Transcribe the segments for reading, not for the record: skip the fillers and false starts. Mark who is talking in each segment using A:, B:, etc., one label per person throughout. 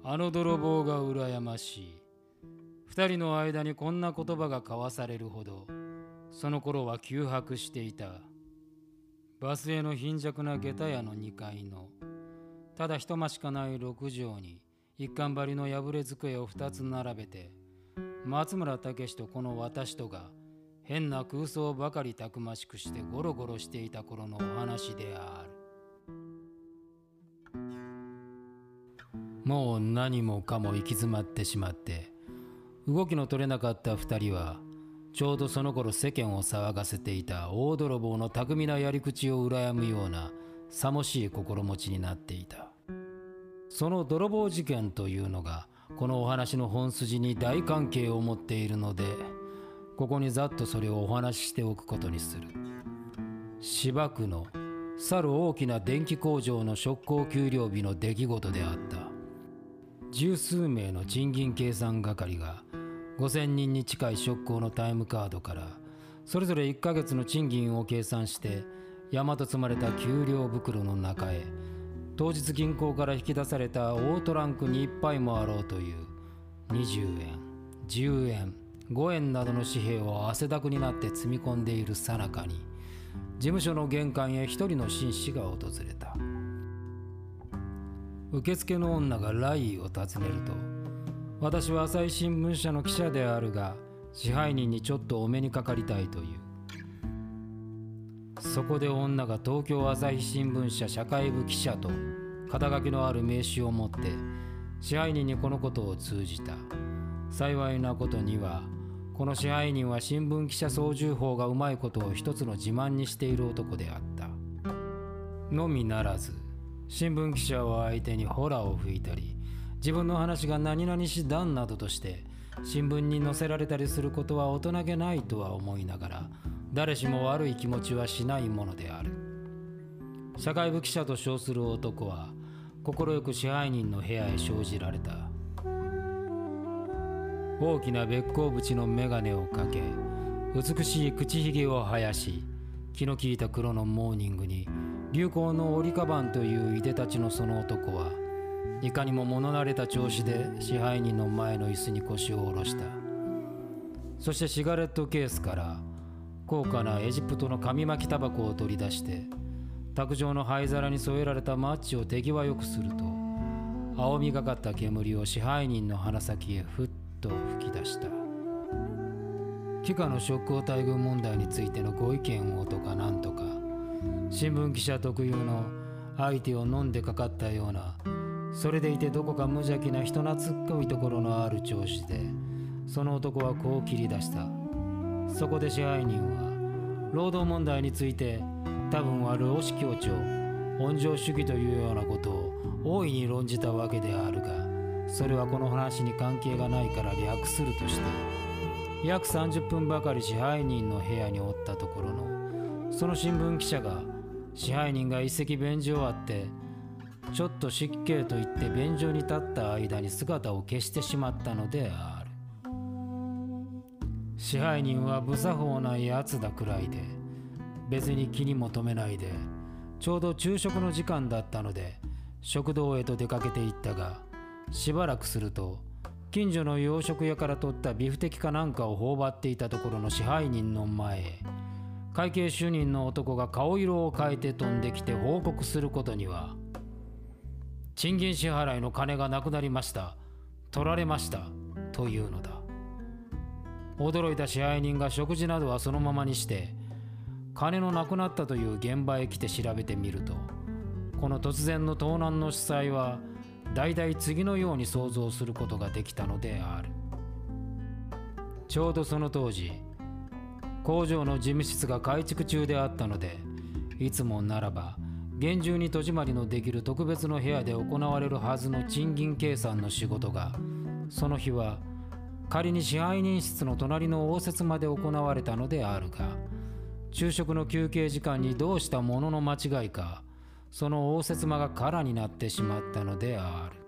A: あの泥棒が羨ましい。二人の間にこんな言葉が交わされるほど、その頃は窮迫していた。バスへの貧弱な下駄屋の2階の、ただ一間しかない6畳に、一貫張りの破れ机を2つ並べて、松村武史とこの私とが、変な空想ばかりたくましくしてゴロゴロしていた頃のお話である。もう何もかも行き詰まってしまって動きの取れなかった二人はちょうどその頃世間を騒がせていた大泥棒の巧みなやり口を羨むようなさもしい心持ちになっていた。その泥棒事件というのがこのお話の本筋に大関係を持っているので、ここにざっとそれをお話ししておくことにする。芝区の去る大きな電気工場の職工給料日の出来事であった。十数名の賃金計算係が5000人に近い職工のタイムカードからそれぞれ1ヶ月の賃金を計算して山と積まれた給料袋の中へ当日銀行から引き出された大トランクに1杯もあろうという20円、10円、5円などの紙幣を汗だくになって積み込んでいる最中に事務所の玄関へ一人の紳士が訪れた。受付の女が来意を尋ねると、私は朝日新聞社の記者であるが支配人にちょっとお目にかかりたいという。そこで女が東京朝日新聞社社会部記者と肩書きのある名刺を持って支配人にこのことを通じた。幸いなことにはこの支配人は新聞記者操縦法がうまいことを一つの自慢にしている男であった。のみならず新聞記者を相手にホラを吹いたり自分の話が何々しだなどとして新聞に載せられたりすることは大人げないとは思いながら誰しも悪い気持ちはしないものである。社会部記者と称する男は快く支配人の部屋へ生じられた。大きなべっ甲縁の眼鏡をかけ美しい口ひげを生やし気の利いた黒のモーニングに流行の折りかばんといういでたちのその男はいかにも物慣れた調子で支配人の前の椅子に腰を下ろした。そしてシガレットケースから高価なエジプトの紙巻きタバコを取り出して卓上の灰皿に添えられたマッチを手際よくすると青みがかった煙を支配人の鼻先へふっと吹き出した。帰化の職工待遇問題についてのご意見をとかなんとか新聞記者特有の相手を飲んでかかったようなそれでいてどこか無邪気な人懐っこいところのある調子でその男はこう切り出した。そこで支配人は労働問題について多分は労使協調温情主義というようなことを大いに論じたわけであるがそれはこの話に関係がないから略するとして約30分ばかり支配人の部屋におったところのその新聞記者が支配人が一席便所あってちょっと失敬と言って便所に立った間に姿を消してしまったのである。支配人は不作法なやつだくらいで別に気にも留めないでちょうど昼食の時間だったので食堂へと出かけていったがしばらくすると近所の洋食屋から取ったビフテキかなんかを頬張っていたところの支配人の前へ会計主任の男が顔色を変えて飛んできて報告することには賃金支払いの金がなくなりました取られましたというのだ。驚いた支配人が食事などはそのままにして金のなくなったという現場へ来て調べてみるとこの突然の盗難の主催は大体次のように想像することができたのである。ちょうどその当時工場の事務室が改築中であったのでいつもならば厳重に戸締まりのできる特別の部屋で行われるはずの賃金計算の仕事がその日は仮に支配人室の隣の応接間で行われたのであるが昼食の休憩時間にどうしたものの間違いかその応接間が空になってしまったのである。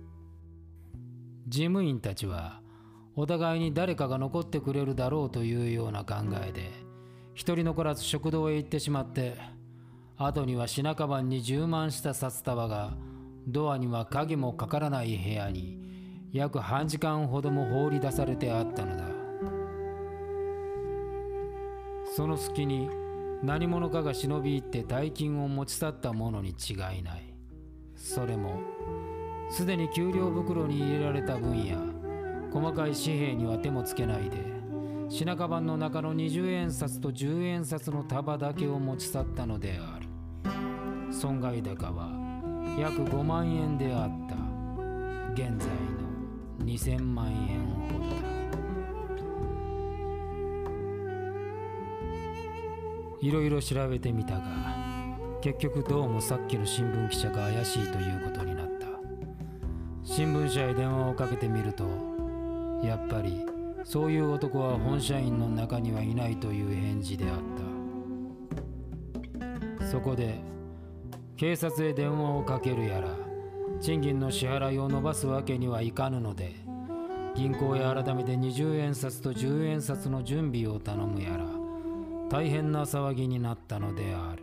A: 事務員たちはお互いに誰かが残ってくれるだろうというような考えで一人残らず食堂へ行ってしまって後には品かばんに充満した札束がドアには鍵もかからない部屋に約半時間ほども放り出されてあったのだ。その隙に何者かが忍び入って大金を持ち去ったものに違いない。それもすでに給料袋に入れられた分や細かい紙幣には手もつけないで、品カバンの中の20円札と10円札の束だけを持ち去ったのである。損害高は約5万円であった。現在の2000万円ほどだ。いろいろ調べてみたが、結局どうもさっきの新聞記者が怪しいということになった。新聞社へ電話をかけてみると、やっぱりそういう男は本社員の中にはいないという返事であった。そこで警察へ電話をかけるやら、賃金の支払いを延ばすわけにはいかぬので、銀行へ改めて20円札と10円札の準備を頼むやら、大変な騒ぎになったのである。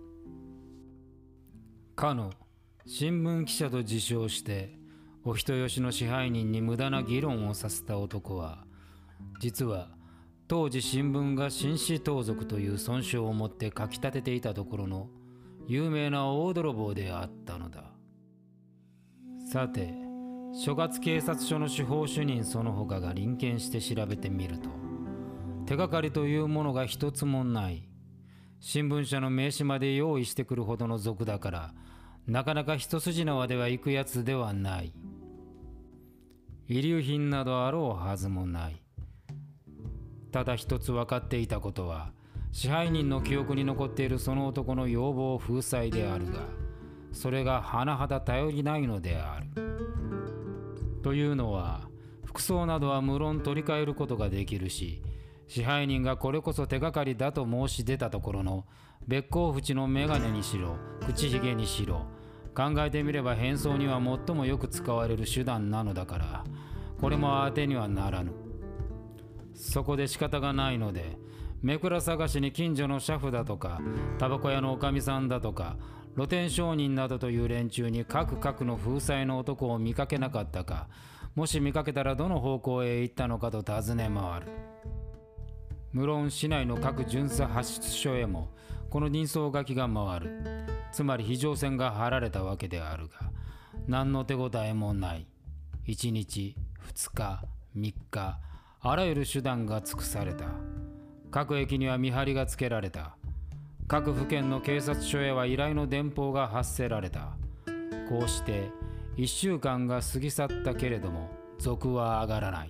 A: かの新聞記者と自称してお人よしの支配人に無駄な議論をさせた男は、実は当時新聞が紳士盗賊という損傷を持って書き立てていたところの有名な大泥棒であったのだ。さて、所轄警察署の司法主任その他が臨検して調べてみると、手がかりというものが一つもない。新聞社の名刺まで用意してくるほどの賊だから、なかなか一筋縄ではいくやつではない。遺留品などあろうはずもない。ただ一つ分かっていたことは、支配人の記憶に残っているその男の要望風采であるが、それが甚だ頼りないのである。というのは、服装などは無論取り替えることができるし、支配人がこれこそ手がかりだと申し出たところのべっ甲縁の眼鏡にしろ口ひげにしろ、考えてみれば変装には最もよく使われる手段なのだから、これも当てにはならぬ。そこで仕方がないので、めくら探しに近所の車夫だとかタバコ屋のおかみさんだとか露店商人などという連中に各の風采の男を見かけなかったか、もし見かけたらどの方向へ行ったのかと尋ね回る。無論市内の各巡査発出所へもこの人相書きが回る。つまり非常線が張られたわけであるが、何の手応えもない。1日、2日、3日、あらゆる手段が尽くされた。各駅には見張りがつけられた。各府県の警察署へは依頼の電報が発せられた。こうして1週間が過ぎ去ったけれども、賊は上がらない。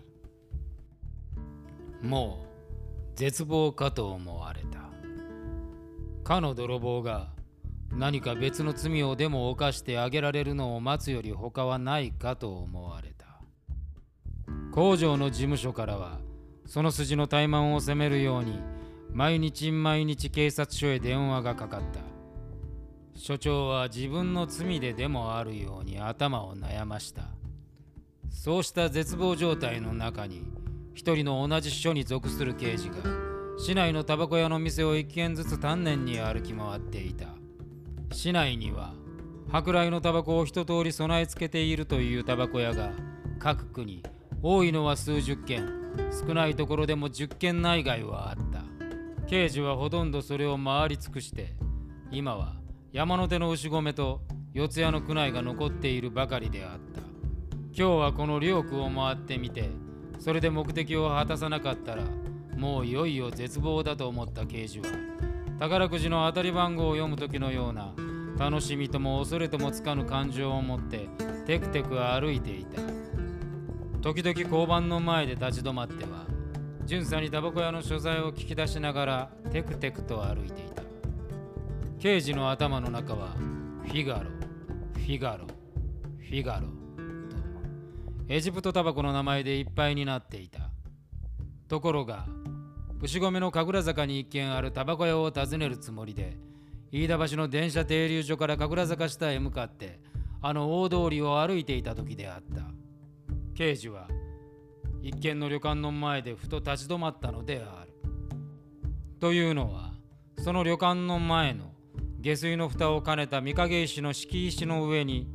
A: もう絶望かと思われた。かの泥棒が何か別の罪をでも犯してあげられるのを待つより他はないかと思われた。工場の事務所からはその筋の怠慢を責めるように毎日警察署へ電話がかかった。署長は自分の罪ででもあるように頭を悩ました。そうした絶望状態の中に、一人の同じ署に属する刑事が市内のタバコ屋の店を一軒ずつ丹念に歩き回っていた。市内には舶来のタバコを一通り備え付けているというタバコ屋が各区に多いのは数十軒、少ないところでも10軒内外はあった。刑事はほとんどそれを回り尽くして、今は山手の牛込と四谷の区内が残っているばかりであった。今日はこの両区を回ってみて、それで目的を果たさなかったらもういよいよ絶望だと思った刑事は、宝くじの当たり番号を読む時のような楽しみとも恐れともつかぬ感情を持ってテクテク歩いていた。時々交番の前で立ち止まっては巡査にタバコ屋の所在を聞き出しながらテクテクと歩いていた。刑事の頭の中はフィガロ、フィガロ、フィガロとエジプトタバコの名前でいっぱいになっていた。ところが牛込の神楽坂に一軒あるタバコ屋を訪ねるつもりで、飯田橋の電車停留所から神楽坂下へ向かってあの大通りを歩いていた時であった。刑事は一軒の旅館の前でふと立ち止まったのである。というのは、その旅館の前の下水の蓋を兼ねた御影石の敷石の上に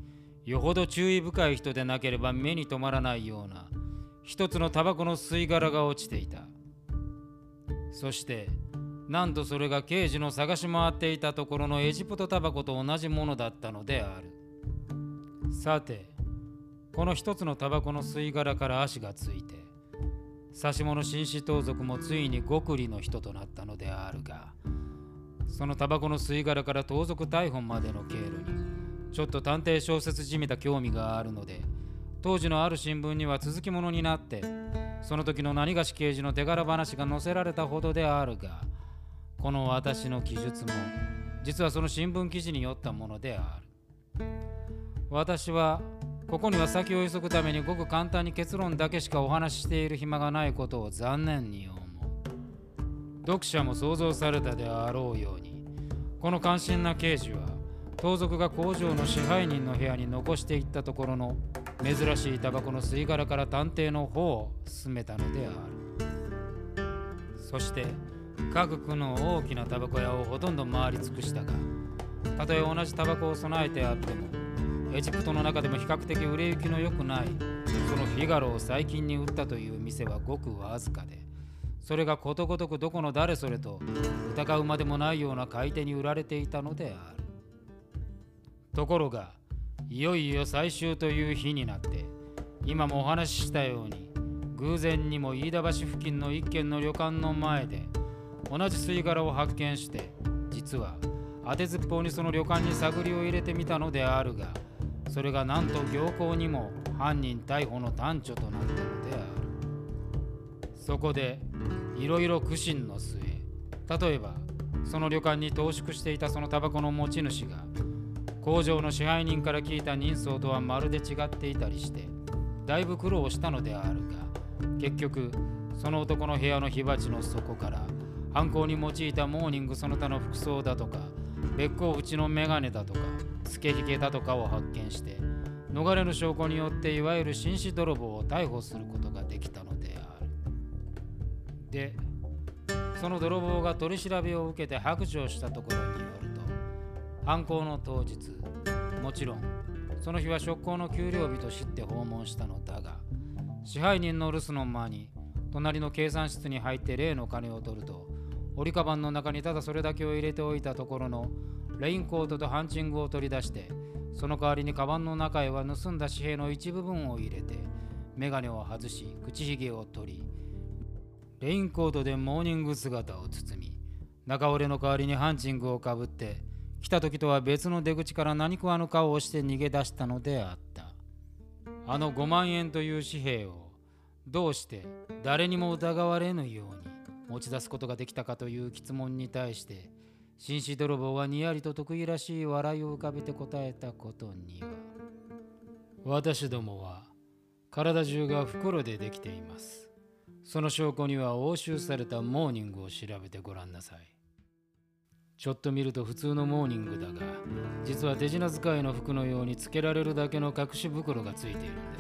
A: よほど注意深い人でなければ目に留まらないような一つのタバコの吸い殻が落ちていた。そしてなんとそれが刑事の探し回っていたところのエジプトタバコと同じものだったのである。さて、この一つのタバコの吸い殻から足がついて、指物紳士盗賊もついに極利の人となったのであるが、そのタバコの吸い殻から盗賊逮捕までの経路にちょっと探偵小説じみた興味があるので、当時のある新聞には続きものになってその時の何がし刑事の手柄話が載せられたほどであるが、この私の記述も実はその新聞記事によったものである。私はここには先を急ぐためにごく簡単に結論だけしかお話ししている暇がないことを残念に思う。読者も想像されたであろうように、この感心な刑事は盗賊が工場の支配人の部屋に残していったところの珍しいタバコの吸い殻から探偵の方を進めたのである。そして各区の大きなタバコ屋をほとんど回り尽くしたが、たとえ同じタバコを備えてあってもエジプトの中でも比較的売れ行きの良くないそのフィガロを最近に売ったという店はごくわずかで、それがことごとくどこの誰それと疑うまでもないような買い手に売られていたのである。ところがいよいよ最終という日になって、今もお話ししたように偶然にも飯田橋付近の一軒の旅館の前で同じ吸い殻を発見して、実は当てずっぽうにその旅館に探りを入れてみたのであるが、それがなんと行幸にも犯人逮捕の端緒となったのである。そこでいろいろ苦心の末、例えばその旅館に投宿していたそのタバコの持ち主が工場の支配人から聞いた人相とはまるで違っていたりして、だいぶ苦労したのであるが、結局その男の部屋の火鉢の底から犯行に用いたモーニングその他の服装だとか、べっ甲縁の眼鏡だとかつけひげだとかを発見して、逃れの証拠によっていわゆる紳士泥棒を逮捕することができたのである。で、その泥棒が取り調べを受けて白状したところによると、犯行の当日、もちろんその日は職工の給料日と知って訪問したのだが、支配人の留守の間に隣の計算室に入って例の金を取ると、折りかばんの中にただそれだけを入れておいたところのレインコートとハンチングを取り出して、その代わりにカバンの中へは盗んだ紙幣の一部分を入れて、メガネを外し口ひげを取り、レインコートでモーニング姿を包み、中折れの代わりにハンチングをかぶって、来た時とは別の出口から何食わぬ顔をして逃げ出したのであった。あの5万円という紙幣をどうして誰にも疑われぬように持ち出すことができたかという質問に対して、紳士泥棒はにやりと得意らしい笑いを浮かべて答えたことには、私どもは体中が袋でできています。その証拠には押収されたモーニングを調べてごらんなさい。ちょっと見ると普通のモーニングだが、実は手品使いの服のようにつけられるだけの隠し袋がついているんです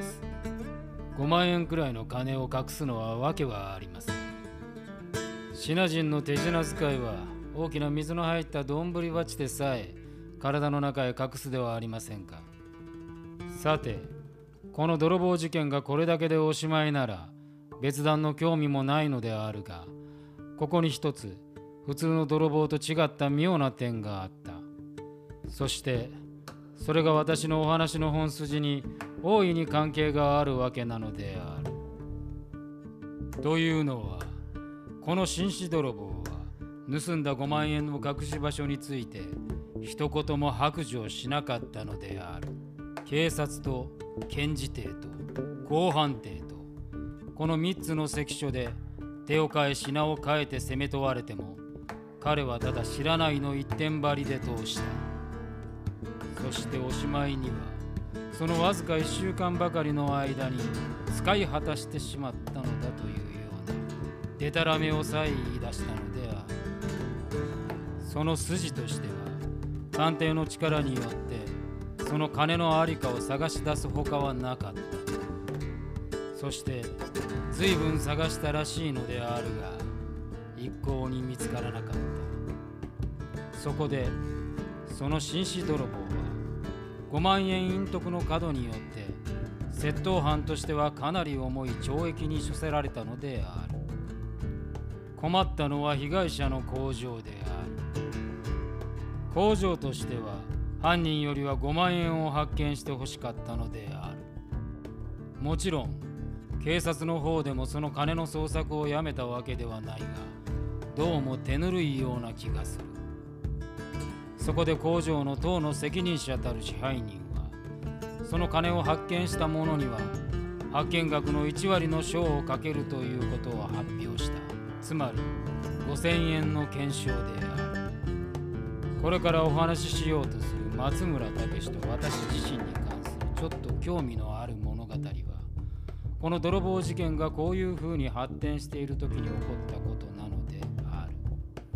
A: 。5万円くらいの金を隠すのはわけはありません。シナ人の手品使いは大きな水の入った丼鉢でさえ体の中へ隠すではありませんか。さて、この泥棒事件がこれだけでおしまいなら別段の興味もないのであるが、ここに一つ普通の泥棒と違った妙な点があった。そしてそれが私のお話の本筋に大いに関係があるわけなのである。というのは、この紳士泥棒は盗んだ5万円の隠し場所について一言も白状しなかったのである。警察と検事邸と公判邸とこの3つの関所で手を変え品を変えて責め問われても、彼はただ知らないの一点張りで通した。そしておしまいにはそのわずか1週間ばかりの間に使い果たしてしまったのだというようなでたらめをさえ言い出したのである。その筋としては、探偵の力によってその金のありかを探し出すほかはなかった。そして随分探したらしいのであるが、一向に見つからなかった。そこでその紳士泥棒は 5万円隠匿の過度によって窃盗犯としてはかなり重い懲役に処せられたのである。困ったのは被害者の工場である。工場としては犯人よりは5万円を発見してほしかったのである。もちろん警察の方でもその金の捜索をやめたわけではないが、どうも手ぬるいような気がする。そこで工場の当の責任者たる支配人は、その金を発見した者には発見額の1割の賞をかけるということを発表した。つまり5000円の懸賞である。これからお話ししようとする松村武史と私自身に関するちょっと興味のある物語は、この泥棒事件がこういう風に発展している時に起こったことなのである。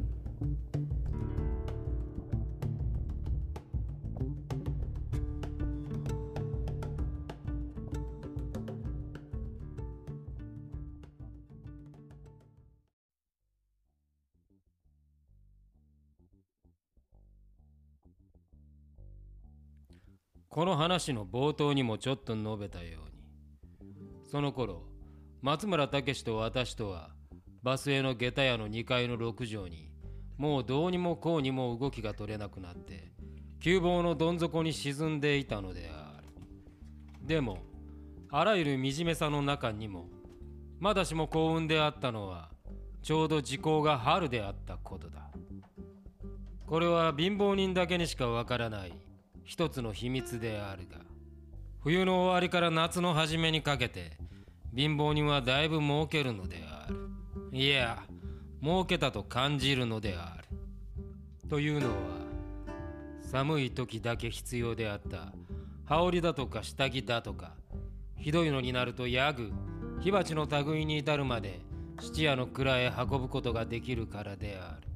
A: この話の冒頭にもちょっと述べたように、その頃松村武史と私とはバスへの下駄屋の2階の6畳にもうどうにもこうにも動きが取れなくなって窮乏のどん底に沈んでいたのである。でもあらゆる惨めさの中にもまだしも幸運であったのは、ちょうど時効が春であったことだ。これは貧乏人だけにしかわからない一つの秘密であるが、冬の終わりから夏の初めにかけて貧乏人はだいぶ儲けるのである。いや、儲けたと感じるのである。というのは、寒い時だけ必要であった羽織だとか下着だとか、ひどいのになるとヤグ、火鉢の類に至るまで質屋の蔵へ運ぶことができるからである。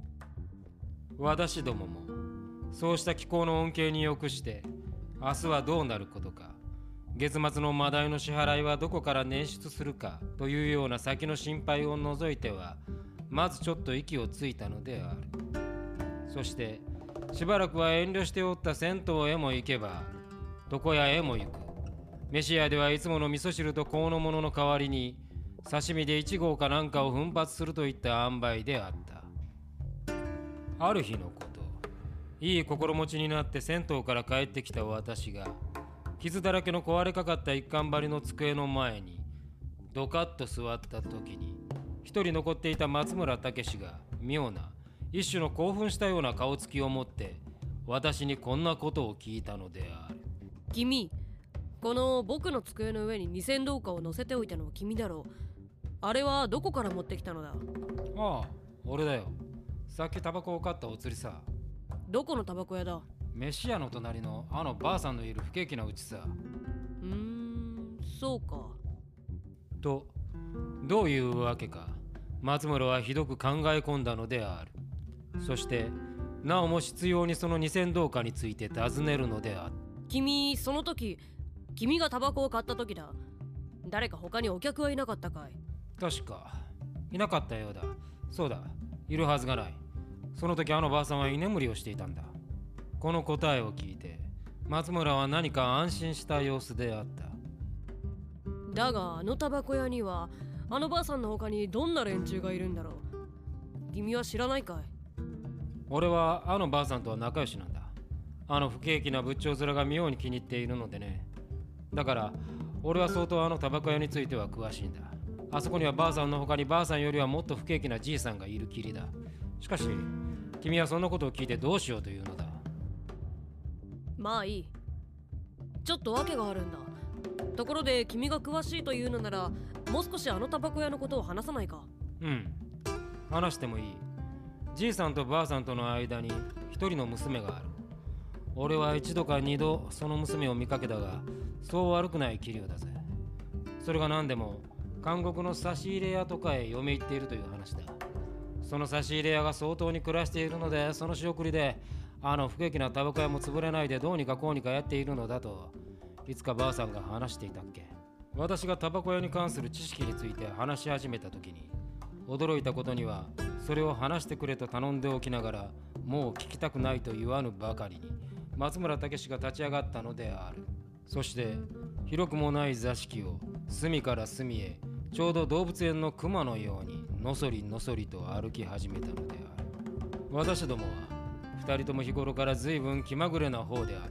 A: 私どももそうした気候の恩恵によくして明日はどうなることか、月末のマダイの支払いはどこから捻出するかというような先の心配を除いては、まずちょっと息をついたのである。そしてしばらくは遠慮しておった銭湯へも行けば床屋へも行く。飯屋ではいつもの味噌汁と香の物の代わりに刺身で1合かなんかを奮発するといった塩梅であった。ある日のこと、いい心持ちになって銭湯から帰ってきた私が傷だらけの壊れかかった一貫張りの机の前にドカッと座った時に、一人残っていた松村武史が妙な一種の興奮したような顔つきを持って私にこんなことを聞いたのである。
B: 君、この僕の机の上に2000銅貨を乗せておいたのは君だろう。あれはどこから持ってきたのだ？
A: ああ、俺だよ。さっきタバコを買ったお釣りさ。
B: どこのタバコ屋だ？
A: 飯屋の隣のあのばあさんのいる不景気なうちさ。
B: そうか。
A: と、どういうわけか松村はひどく考え込んだのである。そしてなおも執拗にその2000銅貨について尋ねるのである。
B: 君、その時君がタバコを買った時だ。誰か他にお客はいなかったかい？
A: 確かいなかったようだ。そうだ、いるはずがない。その時あのばあさんは居眠りをしていたんだ。この答えを聞いて松村は何か安心した様子であった。
B: だがあのタバコ屋にはあのばあさんの他にどんな連中がいるんだろう？君は知らないかい？
A: 俺はあのばあさんとは仲良しなんだ。あの不景気な仏頂面が妙に気に入っているのでね。だから俺は相当あのタバコ屋については詳しいんだ。あそこにはばあさんの他にばあさんよりはもっと不景気なじいさんがいるきりだ。しかし君はそんなことを聞いてどうしようというのだ？
B: まあいい。ちょっと訳があるんだ。ところで君が詳しいというのなら、もう少しあのタバコ屋のことを話さないか？
A: 話してもいい。じいさんとばあさんとの間に一人の娘がある。俺は一度か二度その娘を見かけたが、そう悪くない器量だぜ。それが何でも監獄の差し入れ屋とかへ嫁行っているという話だ。その差し入れ屋が相当に暮らしているので、その仕送りであの不景気なタバコ屋も潰れないでどうにかこうにかやっているのだと、いつかばあさんが話していたっけ。私がタバコ屋に関する知識について話し始めた時に驚いたことには、それを話してくれと頼んでおきながらもう聞きたくないと言わぬばかりに、 松村武が立ち上がったのである。そして広くもない座敷を隅から隅へちょうど動物園の熊のようにのそりのそりと歩き始めたのである。私どもは二人とも日頃から随分気まぐれな方であった。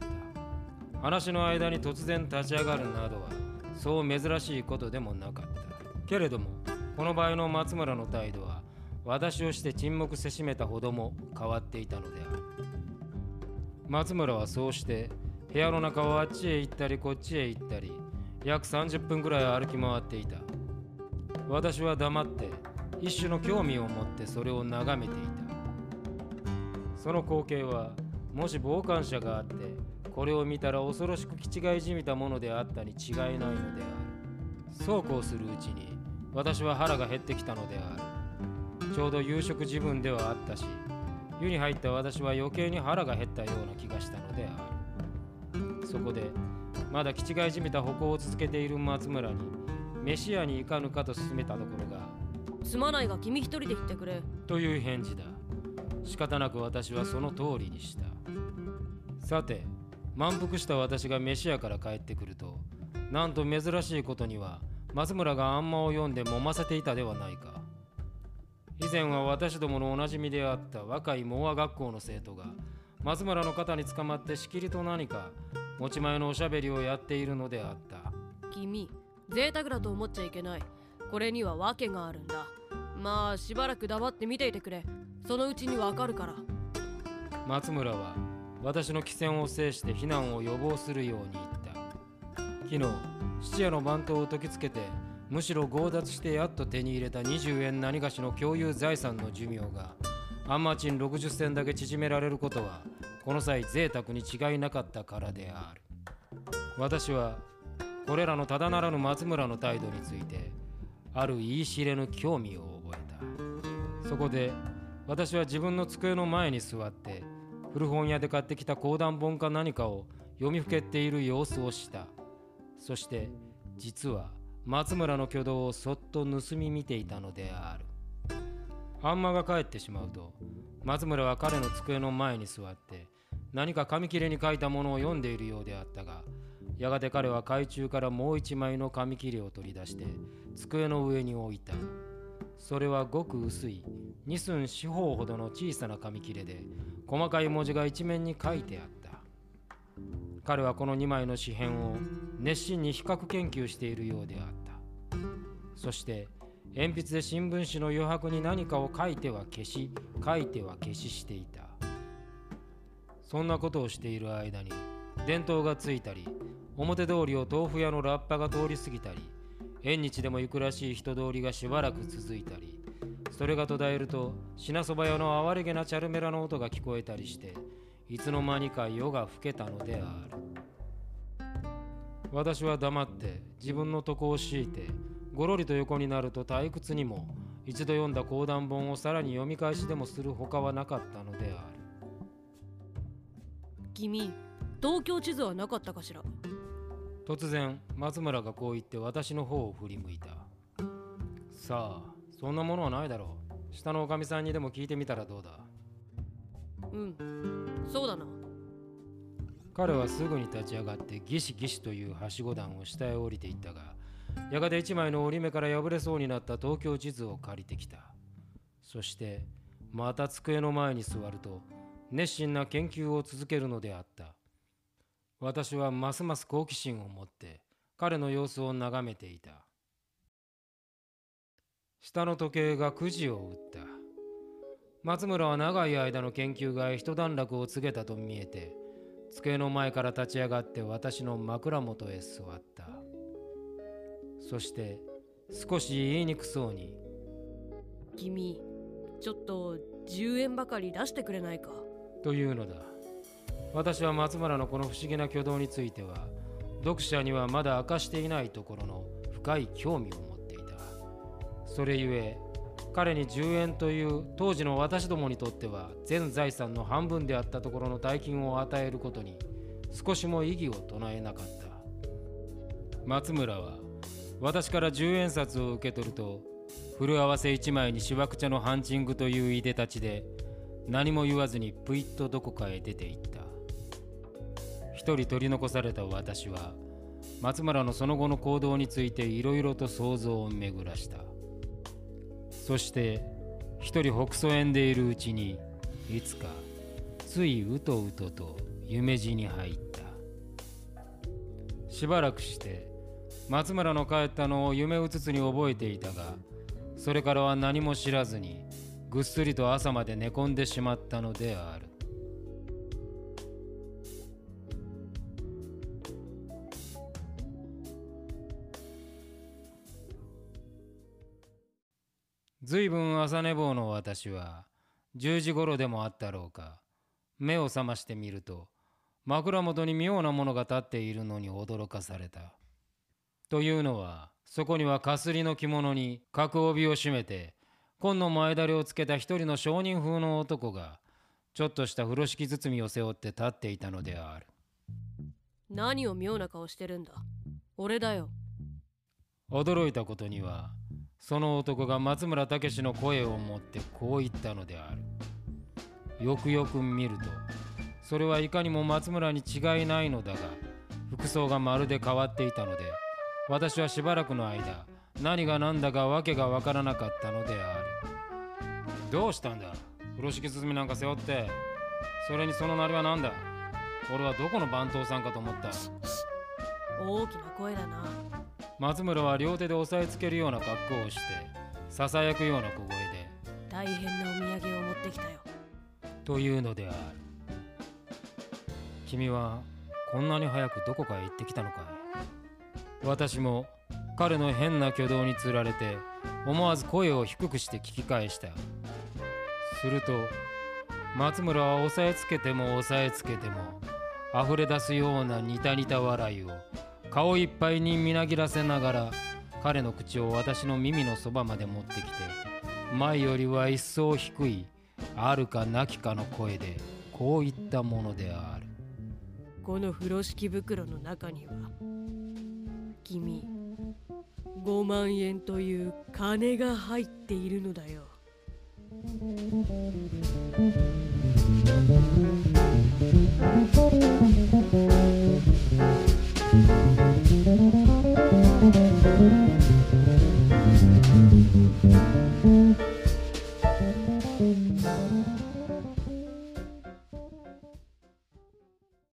A: 話の間に突然立ち上がるなどはそう珍しいことでもなかった。けれどもこの場合の松村の態度は私をして沈黙せしめたほども変わっていたのである。松村はそうして部屋の中をあっちへ行ったりこっちへ行ったり約30分くらい歩き回っていた。私は黙って一種の興味を持ってそれを眺めていた。その光景はもし傍観者があってこれを見たら恐ろしく気違いじみたものであったに違いないのである。そうこうするうちに私は腹が減ってきたのである。ちょうど夕食時分ではあったし、湯に入った私は余計に腹が減ったような気がしたのである。そこでまだ気違いじみた歩行を続けている松村に飯屋に行かぬかと勧めたところが、
B: すまないが君一人で行ってくれ
A: という返事だ。仕方なく私はその通りにした。さて満腹した私が飯屋から帰ってくると、なんと珍しいことには松村があんまを読んで揉ませていたではないか。以前は私どものおなじみであった若いモア学校の生徒が松村の肩につかまってしきりと何か持ち前のおしゃべりをやっているのであった。
B: 君、贅沢だと思っちゃいけない。これには訳があるんだ。まあしばらく黙って見ていてくれ。そのうちにわかるから。
A: 松村は私の機先を制して避難を予防するように言った。昨日質屋の番頭を解きつけてむしろ強奪してやっと手に入れた20円何がしの共有財産の寿命があんまちん60銭だけ縮められることはこの際贅沢に違いなかったからである。私はこれらのただならぬ松村の態度についてある言い知れぬ興味を覚えた。そこで私は自分の机の前に座って古本屋で買ってきた講談本か何かを読みふけっている様子をした。そして実は松村の挙動をそっと盗み見ていたのである。あんまが帰ってしまうと松村は彼の机の前に座って何か紙切れに書いたものを読んでいるようであったが、やがて彼は懐中からもう一枚の紙切れを取り出して机の上に置いた。それはごく薄い2寸四方ほどの小さな紙切れで細かい文字が一面に書いてあった。彼はこの2枚の紙片を熱心に比較研究しているようであった。そして鉛筆で新聞紙の余白に何かを書いては消し書いては消ししていた。そんなことをしている間に電灯がついたり表通りを豆腐屋のラッパが通り過ぎたり縁日でも行くらしい人通りがしばらく続いたり、それが途絶えると品そば屋の哀れげなチャルメラの音が聞こえたりして、いつの間にか夜が更けたのである。私は黙って自分の床を敷いてごろりと横になると退屈にも一度読んだ講談本をさらに読み返しでもするほかはなかったのである。
B: 君、東京地図はなかったかしら。
A: 突然松村がこう言って私の方を振り向いた。さあそんなものはないだろう。下のおかみさんにでも聞いてみたらどうだ。
B: うん、そうだな。
A: 彼はすぐに立ち上がってギシギシというはしご段を下へ降りていったが、やがて一枚の折り目から破れそうになった東京地図を借りてきた。そしてまた机の前に座ると熱心な研究を続けるのであった。私はますます好奇心を持って彼の様子を眺めていた。下の時計が9時を打った。松村は長い間の研究が一段落を告げたと見えて、机の前から立ち上がって私の枕元へ座った。そして少し言いにくそうに、
B: 君、ちょっと10円ばかり出してくれないか
A: というのだ。私は松村のこの不思議な挙動については読者にはまだ明かしていないところの深い興味を持っていた。それゆえ彼に10円という当時の私どもにとっては全財産の半分であったところの大金を与えることに少しも異議を唱えなかった。松村は私から10円札を受け取ると古合わせ1枚にしわくちゃのハンチングといういでたちで何も言わずにぷいっとどこかへ出て行った。 一人取り残された私は松村のその後の行動についていろいろと想像を巡らした。そして一人北総園でいるうちにいつかついうとうとと夢路に入った。しばらくして松村の帰ったのを夢うつつに覚えていたが、それからは何も知らずにぐっすりと朝まで寝込んでしまったのである。ずいぶん朝寝坊の私は10時頃でもあったろうか、目を覚ましてみると枕元に妙なものが立っているのに驚かされた。というのは、そこにはかすりの着物に角帯を締めて紺の前だれをつけた一人の商人風の男がちょっとした風呂敷包みを背負って立っていたのである。
B: 何を妙な顔してるんだ。俺だよ。
A: 驚いたことには、その男が松村武史の声を持ってこう言ったのである。よくよく見ると、それはいかにも松村に違いないのだが、服装がまるで変わっていたので、私はしばらくの間何が何だかわけがわからなかったのである。どうしたんだ、風呂敷包みなんか背負って。それにそのなりはなんだ。俺はどこの番頭さんかと思った。
B: 大きな声だな。
A: 松村は両手で押さえつけるような格好をしてささやくような小声で、
B: 大変なお土産を持ってきたよ
A: というのである。君はこんなに早くどこかへ行ってきたのかい。私も彼の変な挙動につられて思わず声を低くして聞き返した。すると松村は押さえつけても押さえつけても溢れ出すようなニタニタ笑いを顔いっぱいにみなぎらせながら、彼の口を私の耳のそばまで持ってきて、前よりは一層低いあるかなきかの声でこう言ったものである。
B: この風呂敷袋の中には君5万円という金が入っているのだよ。